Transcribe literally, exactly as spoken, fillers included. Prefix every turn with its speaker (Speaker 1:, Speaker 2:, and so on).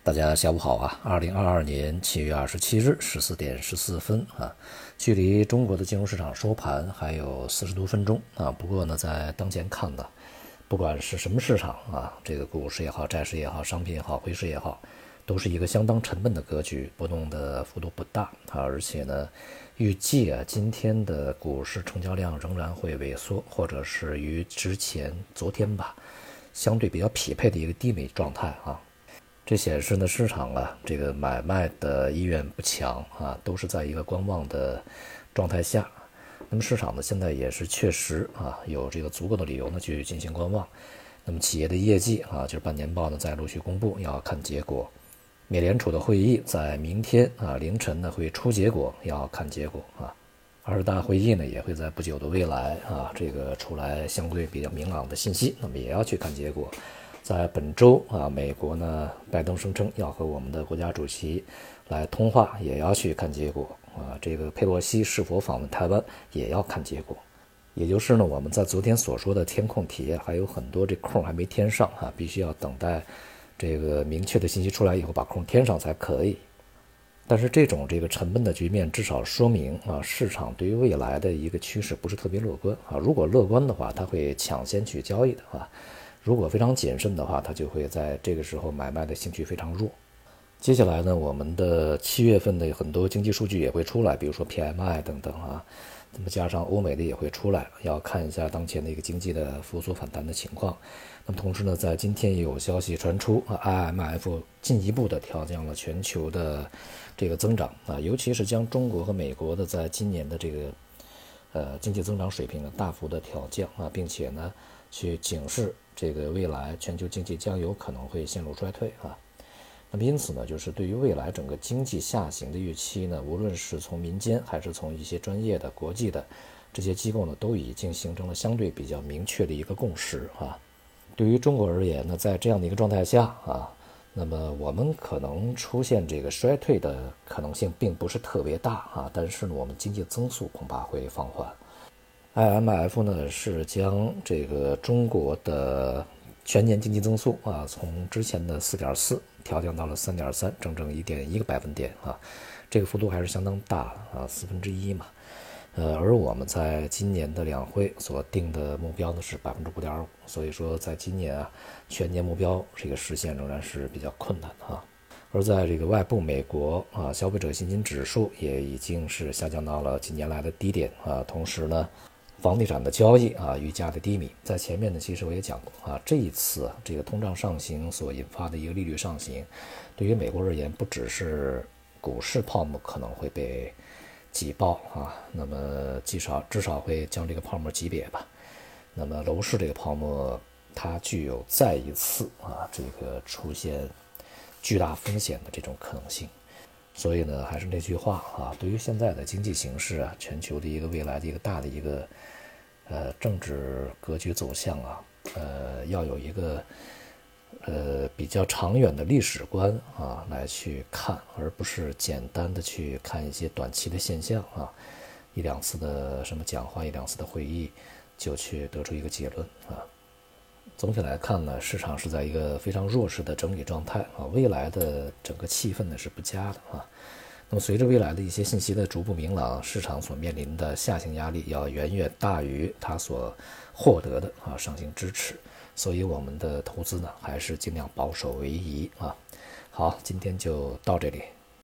Speaker 1: 大家下午好啊！二零二二年七月二十七日十四点十四分啊，距离中国的金融市场收盘还有四十多分钟啊。不过呢，在当前看呢，不管是什么市场啊，这个股市也好，债市也好，商品也好，汇市也好，都是一个相当沉闷的格局，波动的幅度不大啊。而且呢，预计啊，今天的股市成交量仍然会萎缩，或者是与之前昨天吧，相对比较匹配的一个低迷状态啊。这显示呢，市场啊，这个买卖的意愿不强啊，都是在一个观望的状态下。那么市场呢，现在也是确实啊，有这个足够的理由呢去进行观望。那么企业的业绩啊，就是半年报呢在陆续公布，要看结果。美联储的会议在明天啊凌晨呢会出结果，要看结果啊。二十大会议呢也会在不久的未来啊，这个出来相对比较明朗的信息，那么也要去看结果。在本周啊，美国呢，拜登声称要和我们的国家主席来通话，也要去看结果啊。这个佩洛西是否访问台湾，也要看结果。也就是呢，我们在昨天所说的填空题还有很多这空还没填上啊，必须要等待这个明确的信息出来以后，把空填上才可以。但是这种这个沉闷的局面，至少说明啊，市场对于未来的一个趋势不是特别乐观啊。如果乐观的话，它会抢先去交易的啊。如果非常谨慎的话，它就会在这个时候买卖的兴趣非常弱。接下来呢，我们的七月份的很多经济数据也会出来，比如说 P M I 等等啊，那么加上欧美的也会出来，要看一下当前的一个经济的复苏反弹的情况。那么同时呢，在今天也有消息传出啊 ，I M F 进一步的调降了全球的这个增长啊，尤其是将中国和美国的在今年的这个呃经济增长水平呢大幅的调降啊，并且呢去警示这个未来全球经济将有可能会陷入衰退啊。那么因此呢，就是对于未来整个经济下行的预期呢，无论是从民间还是从一些专业的国际的这些机构呢，都已经形成了相对比较明确的一个共识啊。对于中国而言呢，在这样的一个状态下啊，那么我们可能出现这个衰退的可能性并不是特别大啊，但是呢，我们经济增速恐怕会放缓。I M F 呢是将这个中国的全年经济增速啊从之前的 四点四 调降到了 三点三， 整整 一点一 个百分点啊，这个幅度还是相当大的啊，四分之一嘛。呃，而我们在今年的两会所定的目标呢是 百分之五点五， 所以说在今年啊全年目标这个实现仍然是比较困难的啊。而在这个外部，美国啊消费者信心指数也已经是下降到了近年来的低点啊，同时呢房地产的交易啊愈加的低迷。在前面呢其实我也讲过啊，这一次这个通胀上行所引发的一个利率上行，对于美国而言不只是股市泡沫可能会被挤爆啊，那么至少至少会将这个泡沫级别吧。那么楼市这个泡沫它具有再一次啊这个出现巨大风险的这种可能性。所以呢，还是那句话啊，对于现在的经济形势啊，全球的一个未来的一个大的一个呃政治格局走向啊，呃，要有一个呃比较长远的历史观啊来去看，而不是简单的去看一些短期的现象啊，一两次的什么讲话，一两次的会议就去得出一个结论啊。总体来看呢，市场是在一个非常弱势的整理状态啊，未来的整个气氛呢是不佳的啊。那么随着未来的一些信息的逐步明朗，市场所面临的下行压力要远远大于它所获得的啊上行支持，所以我们的投资呢还是尽量保守为宜啊。好，今天就到这里。